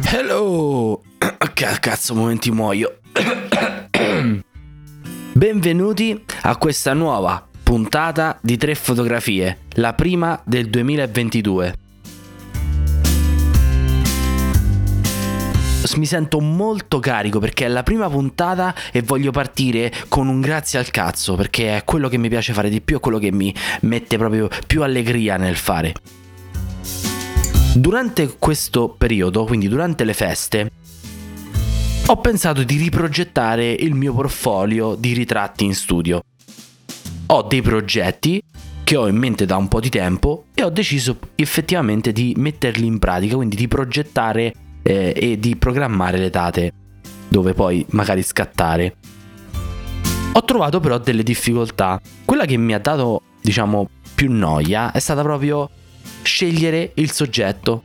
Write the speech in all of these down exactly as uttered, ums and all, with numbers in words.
Hello! Che cazzo, momenti muoio. Benvenuti a questa nuova puntata di Tre Fotografie, la prima del duemilaventidue. Mi sento molto carico perché è la prima puntata e voglio partire con un grazie al cazzo, perché è quello che mi piace fare di più, è quello che mi mette proprio più allegria nel fare. Durante questo periodo, quindi durante le feste, ho pensato di riprogettare il mio portfolio di ritratti in studio. Ho dei progetti che ho in mente da un po' di tempo e ho deciso effettivamente di metterli in pratica, quindi di progettare eh, e di programmare le date dove poi magari scattare. Ho trovato però delle difficoltà. Quella che mi ha dato, diciamo, più noia è stata proprio scegliere il soggetto.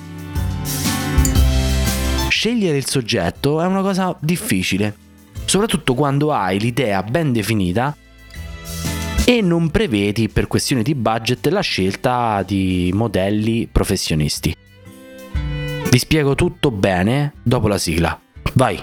Scegliere il soggetto è una cosa difficile, soprattutto quando hai l'idea ben definita e non prevedi, per questioni di budget, la scelta di modelli professionisti. Vi spiego tutto bene dopo la sigla. Vai!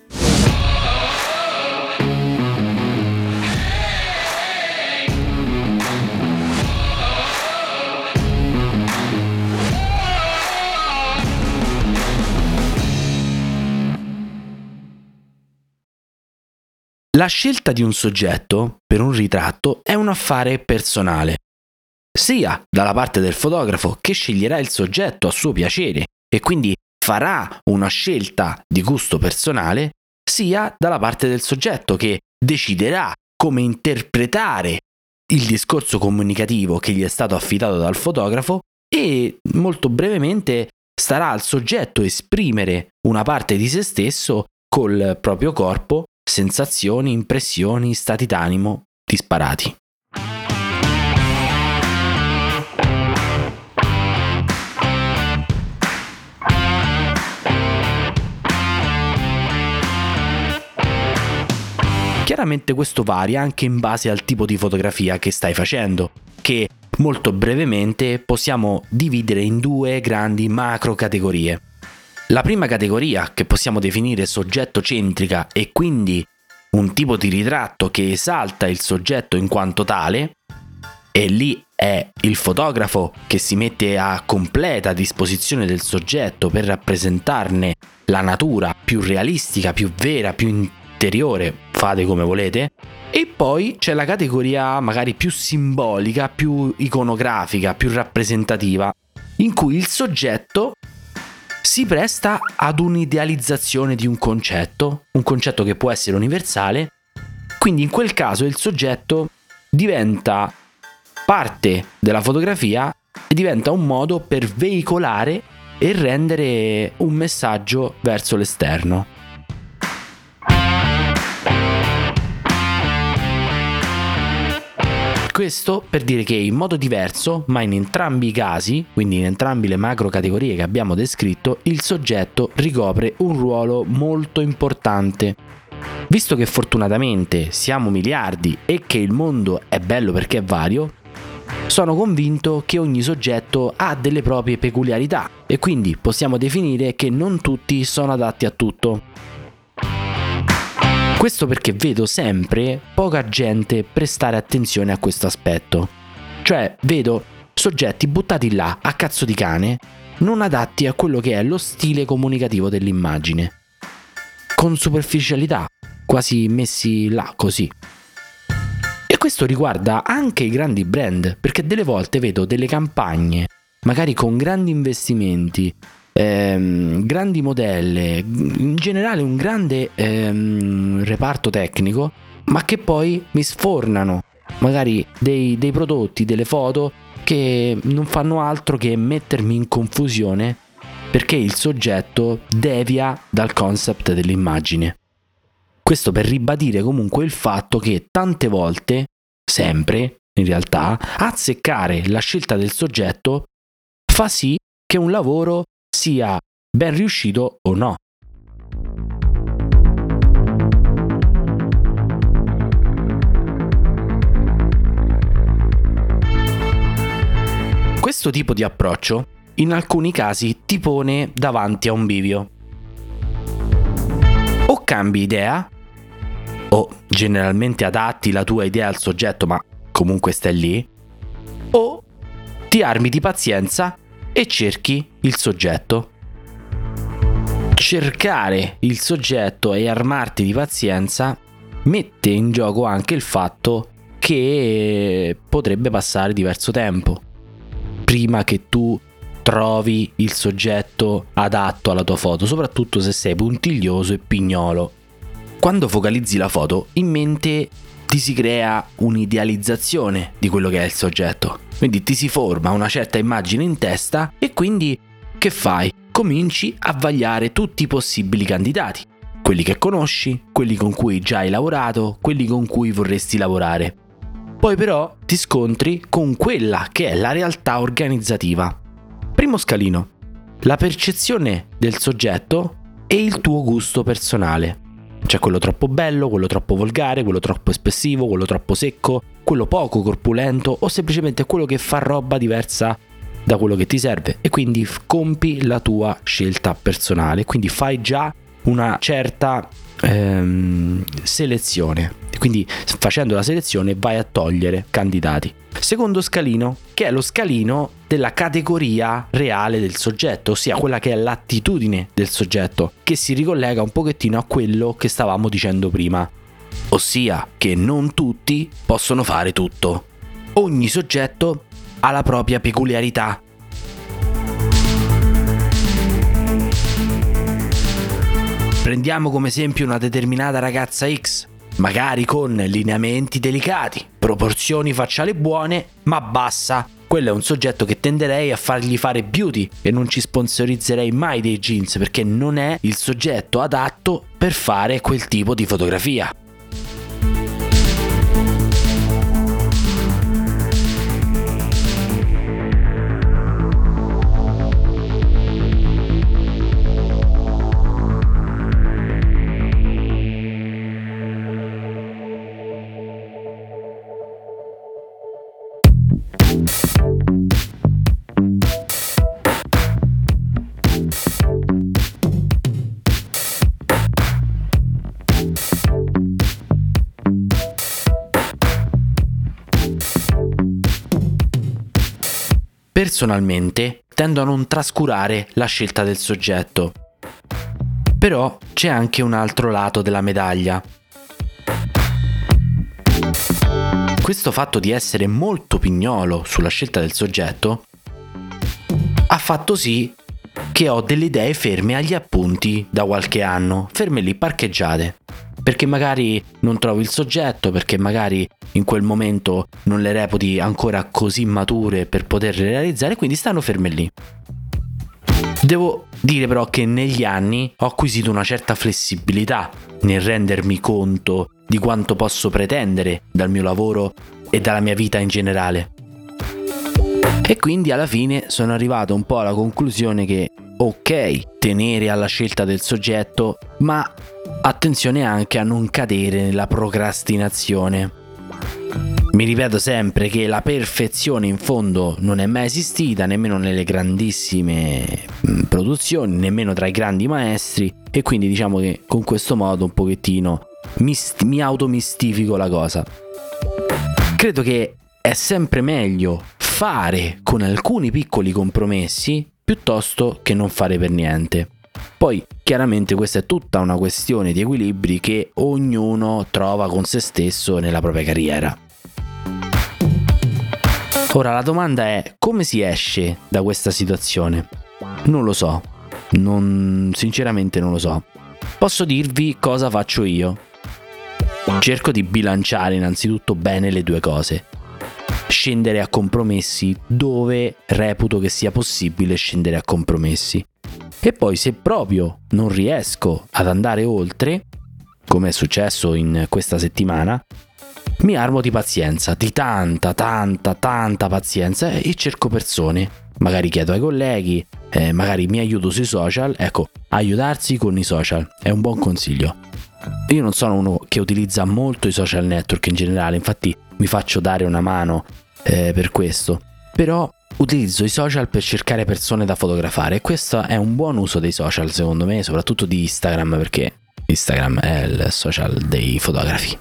La scelta di un soggetto per un ritratto è un affare personale, sia dalla parte del fotografo che sceglierà il soggetto a suo piacere e quindi farà una scelta di gusto personale, sia dalla parte del soggetto che deciderà come interpretare il discorso comunicativo che gli è stato affidato dal fotografo e molto brevemente starà al soggetto esprimere una parte di se stesso col proprio corpo, sensazioni, impressioni, stati d'animo disparati. Chiaramente questo varia anche in base al tipo di fotografia che stai facendo, che molto brevemente possiamo dividere in due grandi macro categorie. La prima categoria, che possiamo definire soggetto centrica e quindi un tipo di ritratto che esalta il soggetto in quanto tale, e lì è il fotografo che si mette a completa disposizione del soggetto per rappresentarne la natura più realistica, più vera, più interiore, fate come volete. E poi c'è la categoria magari più simbolica, più iconografica, più rappresentativa, in cui il soggetto si presta ad un'idealizzazione di un concetto, un concetto che può essere universale, quindi in quel caso il soggetto diventa parte della fotografia e diventa un modo per veicolare e rendere un messaggio verso l'esterno. Questo per dire che in modo diverso, ma in entrambi i casi, quindi in entrambe le macro categorie che abbiamo descritto, il soggetto ricopre un ruolo molto importante. Visto che fortunatamente siamo miliardi e che il mondo è bello perché è vario, sono convinto che ogni soggetto ha delle proprie peculiarità e quindi possiamo definire che non tutti sono adatti a tutto. Questo perché vedo sempre poca gente prestare attenzione a questo aspetto. Cioè, vedo soggetti buttati là a cazzo di cane, non adatti a quello che è lo stile comunicativo dell'immagine. Con superficialità, quasi messi là così. E questo riguarda anche i grandi brand, perché delle volte vedo delle campagne, magari con grandi investimenti, Ehm, grandi modelle, in generale un grande ehm, reparto tecnico, ma che poi mi sfornano magari dei, dei prodotti, delle foto che non fanno altro che mettermi in confusione perché il soggetto devia dal concept dell'immagine. Questo per ribadire comunque il fatto che tante volte, sempre in realtà, azzeccare la scelta del soggetto fa sì che un lavoro sia ben riuscito o no. Questo tipo di approccio in alcuni casi ti pone davanti a un bivio. cambi idea, o generalmente adatti la tua idea al soggetto, ma comunque stai lì, o ti armi di pazienza e cerchi il soggetto. Cercare il soggetto e armarti di pazienza mette in gioco anche il fatto che potrebbe passare diverso tempo prima che tu trovi il soggetto adatto alla tua foto, soprattutto se sei puntiglioso e pignolo. Quando focalizzi la foto, in mente ti si crea un'idealizzazione di quello che è il soggetto, quindi ti si forma una certa immagine in testa e quindi che fai? Cominci a vagliare tutti i possibili candidati, quelli che conosci, quelli con cui già hai lavorato, quelli con cui vorresti lavorare. Poi però ti scontri con quella che è la realtà organizzativa. Primo scalino, la percezione del soggetto e il tuo gusto personale. C'è quello troppo bello, quello troppo volgare, quello troppo espressivo, quello troppo secco, quello poco corpulento o semplicemente quello che fa roba diversa da quello che ti serve, e quindi compi la tua scelta personale, quindi fai già una certa ehm, selezione, e quindi facendo la selezione vai a togliere candidati. Secondo scalino, che è lo scalino della categoria reale del soggetto, ossia quella che è l'attitudine del soggetto, che si ricollega un pochettino a quello che stavamo dicendo prima, ossia che non tutti possono fare tutto. Ogni soggetto ha la propria peculiarità. Prendiamo come esempio una determinata ragazza X, magari con lineamenti delicati, proporzioni facciali buone, ma bassa. Quello è un soggetto che tenderei a fargli fare beauty e non ci sponsorizzerei mai dei jeans, perché non è il soggetto adatto per fare quel tipo di fotografia. Personalmente tendo a non trascurare la scelta del soggetto, però c'è anche un altro lato della medaglia. Questo fatto di essere molto pignolo sulla scelta del soggetto ha fatto sì che ho delle idee ferme agli appunti da qualche anno, ferme lì parcheggiate, perché magari non trovo il soggetto, perché magari in quel momento non le reputi ancora così mature per poterle realizzare, quindi stanno ferme lì. Devo dire però che negli anni ho acquisito una certa flessibilità nel rendermi conto di quanto posso pretendere dal mio lavoro e dalla mia vita in generale. E quindi alla fine sono arrivato un po' alla conclusione che ok, tenere alla scelta del soggetto, ma attenzione anche a non cadere nella procrastinazione. Mi ripeto sempre che la perfezione in fondo non è mai esistita, nemmeno nelle grandissime produzioni, nemmeno tra i grandi maestri, e quindi diciamo che con questo modo un pochettino mi, mi automistifico la cosa. Credo che è sempre meglio fare con alcuni piccoli compromessi piuttosto che non fare per niente. Poi chiaramente questa è tutta una questione di equilibri che ognuno trova con se stesso nella propria carriera. Ora la domanda è: come si esce da questa situazione? Non lo so, non, sinceramente non lo so. Posso dirvi cosa faccio io. Cerco di bilanciare innanzitutto bene le due cose. Scendere a compromessi dove reputo che sia possibile scendere a compromessi. E poi se proprio non riesco ad andare oltre, come è successo in questa settimana, mi armo di pazienza, di tanta, tanta, tanta pazienza, e cerco persone. Magari chiedo ai colleghi, eh, magari mi aiuto sui social. Ecco, aiutarsi con i social è un buon consiglio. Io non sono uno che utilizza molto i social network in generale, infatti mi faccio dare una mano eh, per questo, però utilizzo i social per cercare persone da fotografare, e questo è un buon uso dei social secondo me, soprattutto di Instagram, perché Instagram è il social dei fotografi.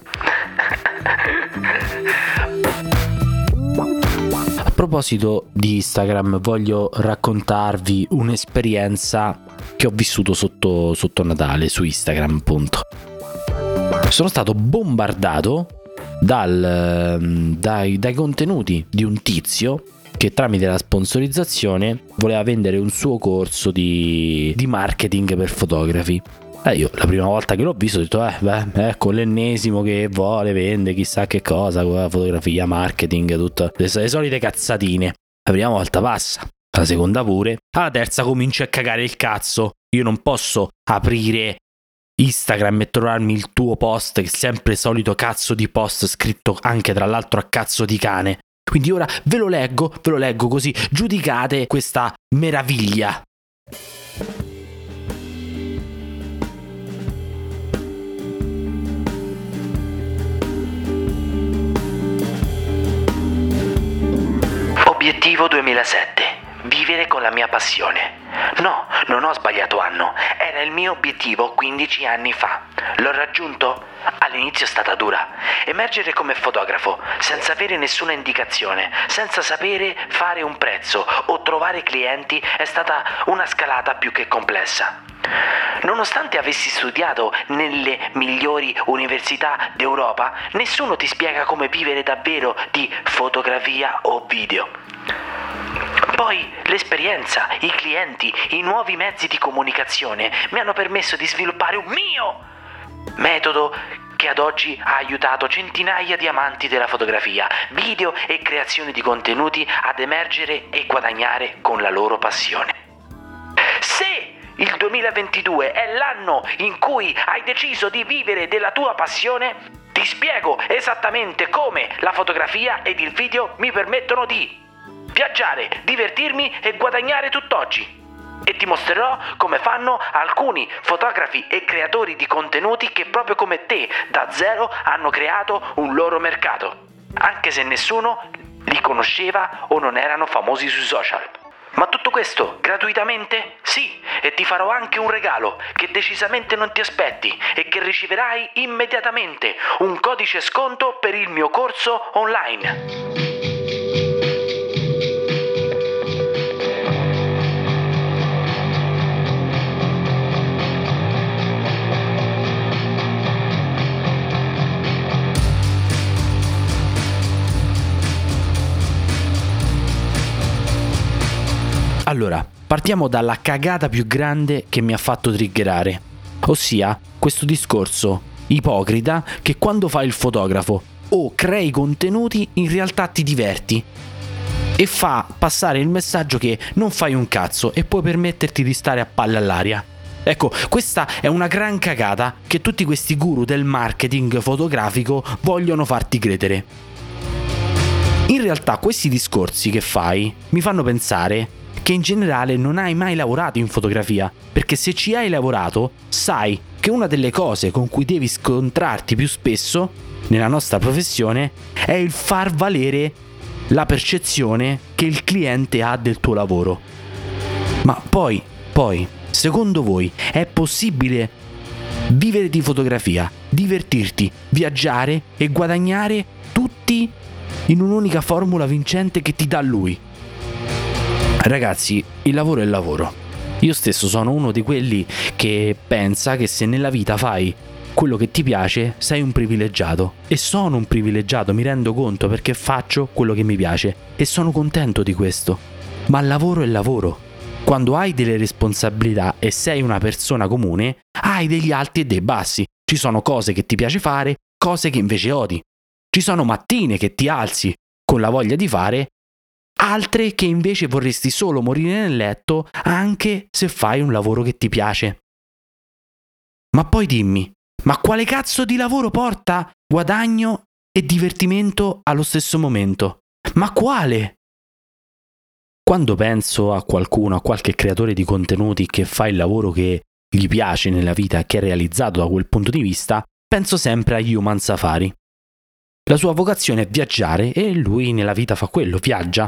A proposito di Instagram, voglio raccontarvi un'esperienza che ho vissuto sotto, sotto Natale su Instagram, appunto. Sono stato bombardato dal, dai, dai contenuti di un tizio che tramite la sponsorizzazione voleva vendere un suo corso di, di marketing per fotografi. Eh, io la prima volta che l'ho visto ho detto eh beh, ecco l'ennesimo che vuole, vende chissà che cosa, fotografia, marketing, tutte le, le solite cazzatine. La prima volta passa, la seconda pure, alla terza cominci a cagare il cazzo. Io non posso aprire Instagram e trovarmi il tuo post, che è sempre solito cazzo di post scritto anche tra l'altro a cazzo di cane. Quindi ora ve lo leggo, ve lo leggo così giudicate questa meraviglia. Obiettivo duemilasette. Vivere con la mia passione. No, non ho sbagliato anno. Era il mio obiettivo quindici anni fa. L'ho raggiunto? All'inizio è stata dura. Emergere come fotografo, senza avere nessuna indicazione, senza sapere fare un prezzo o trovare clienti, è stata una scalata più che complessa. Nonostante avessi studiato nelle migliori università d'Europa, nessuno ti spiega come vivere davvero di fotografia o video. Poi l'esperienza, i clienti, i nuovi mezzi di comunicazione mi hanno permesso di sviluppare un mio metodo che ad oggi ha aiutato centinaia di amanti della fotografia, video e creazione di contenuti ad emergere e guadagnare con la loro passione. Se il duemilaventidue è l'anno in cui hai deciso di vivere della tua passione, ti spiego esattamente come la fotografia ed il video mi permettono di viaggiare, divertirmi e guadagnare tutt'oggi. E ti mostrerò come fanno alcuni fotografi e creatori di contenuti che proprio come te da zero hanno creato un loro mercato, anche se nessuno li conosceva o non erano famosi sui social. Ma tutto questo gratuitamente? Sì, e ti farò anche un regalo che decisamente non ti aspetti e che riceverai immediatamente: un codice sconto per il mio corso online. Allora, partiamo dalla cagata più grande che mi ha fatto triggerare, ossia questo discorso ipocrita che quando fai il fotografo o crei contenuti in realtà ti diverti e fa passare il messaggio che non fai un cazzo e puoi permetterti di stare a palle all'aria. Ecco, questa è una gran cagata che tutti questi guru del marketing fotografico vogliono farti credere. In realtà questi discorsi che fai mi fanno pensare che in generale non hai mai lavorato in fotografia, perché se ci hai lavorato sai che una delle cose con cui devi scontrarti più spesso nella nostra professione è il far valere la percezione che il cliente ha del tuo lavoro. Ma poi, poi, secondo voi è possibile vivere di fotografia, divertirti, viaggiare e guadagnare tutti in un'unica formula vincente che ti dà lui? Ragazzi, il lavoro è il lavoro. Io stesso sono uno di quelli che pensa che se nella vita fai quello che ti piace, sei un privilegiato. E sono un privilegiato, mi rendo conto, perché faccio quello che mi piace e sono contento di questo. Ma il lavoro è il lavoro. Quando hai delle responsabilità e sei una persona comune, hai degli alti e dei bassi. Ci sono cose che ti piace fare, cose che invece odi. Ci sono mattine che ti alzi con la voglia di fare, altre che invece vorresti solo morire nel letto anche se fai un lavoro che ti piace. Ma poi dimmi, ma quale cazzo di lavoro porta guadagno e divertimento allo stesso momento? Ma quale? Quando penso a qualcuno, a qualche creatore di contenuti che fa il lavoro che gli piace nella vita e che è realizzato da quel punto di vista, penso sempre a Human Safari. La sua vocazione è viaggiare e lui nella vita fa quello, viaggia.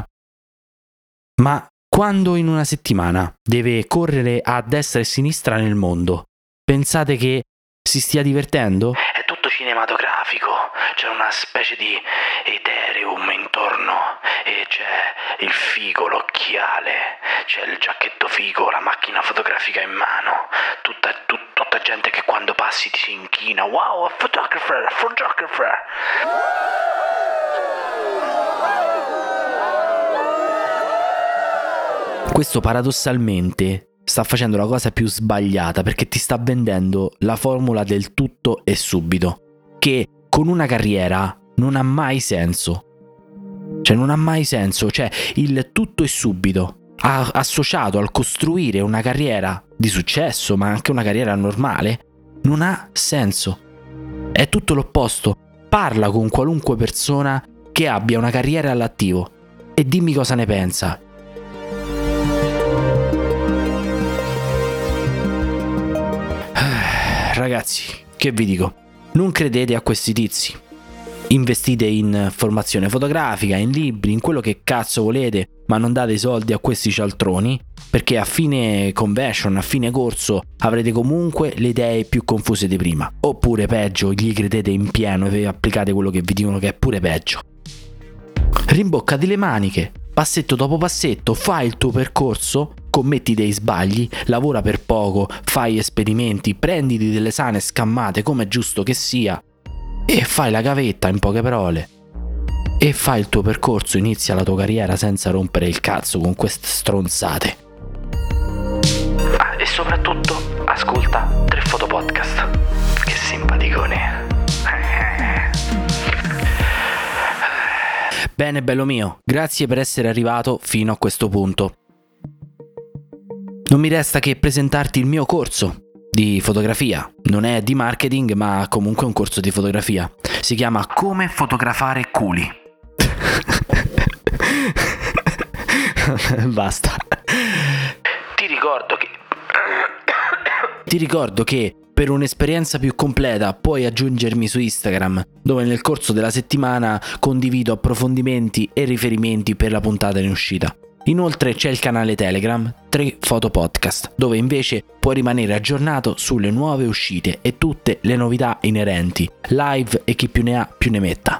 Ma quando in una settimana deve correre a destra e a sinistra nel mondo, pensate che si stia divertendo? È tutto cinematografico, c'è una specie di ethereum intorno e c'è il figo, l'occhiale, c'è il giacchetto figo, la macchina fotografica in mano, tutta, tut, tutta gente che quando passi ti si inchina. Wow, a photographer, a photographer! Questo paradossalmente sta facendo la cosa più sbagliata, perché ti sta vendendo la formula del tutto e subito, che con una carriera non ha mai senso. Cioè non ha mai senso, cioè il tutto e subito associato al costruire una carriera di successo, ma anche una carriera normale, non ha senso. È tutto l'opposto. Parla con qualunque persona che abbia una carriera all'attivo e dimmi cosa ne pensa. Ragazzi, che vi dico? Non credete a questi tizi. Investite in formazione fotografica, in libri, in quello che cazzo volete, ma non date i soldi a questi cialtroni, perché a fine convention, a fine corso, avrete comunque le idee più confuse di prima. Oppure peggio, gli credete in pieno e applicate quello che vi dicono, che è pure peggio. Rimboccati le maniche, passetto dopo passetto, fai il tuo percorso, commetti dei sbagli, lavora per poco, fai esperimenti, prenditi delle sane scammate come è giusto che sia e fai la gavetta, in poche parole, e fai il tuo percorso, inizia la tua carriera senza rompere il cazzo con queste stronzate. Ah, e soprattutto ascolta Tre Foto Podcast. Che simpaticone. Bene, bello mio, grazie per essere arrivato fino a questo punto. Non mi resta che presentarti il mio corso di fotografia. Non è di marketing, ma comunque un corso di fotografia. Si chiama Come fotografare culi. Basta. Ti ricordo che... Ti ricordo che per un'esperienza più completa puoi aggiungermi su Instagram, dove nel corso della settimana condivido approfondimenti e riferimenti per la puntata in uscita. Inoltre c'è il canale Telegram Tre Foto Podcast, dove invece puoi rimanere aggiornato sulle nuove uscite e tutte le novità inerenti, live e chi più ne ha più ne metta.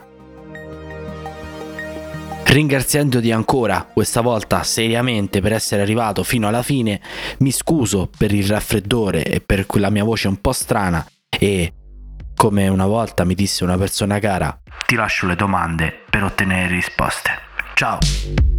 Ringraziandoti ancora, questa volta seriamente, per essere arrivato fino alla fine, mi scuso per il raffreddore e per quella mia voce un po' strana e, come una volta mi disse una persona cara, ti lascio le domande per ottenere risposte. Ciao!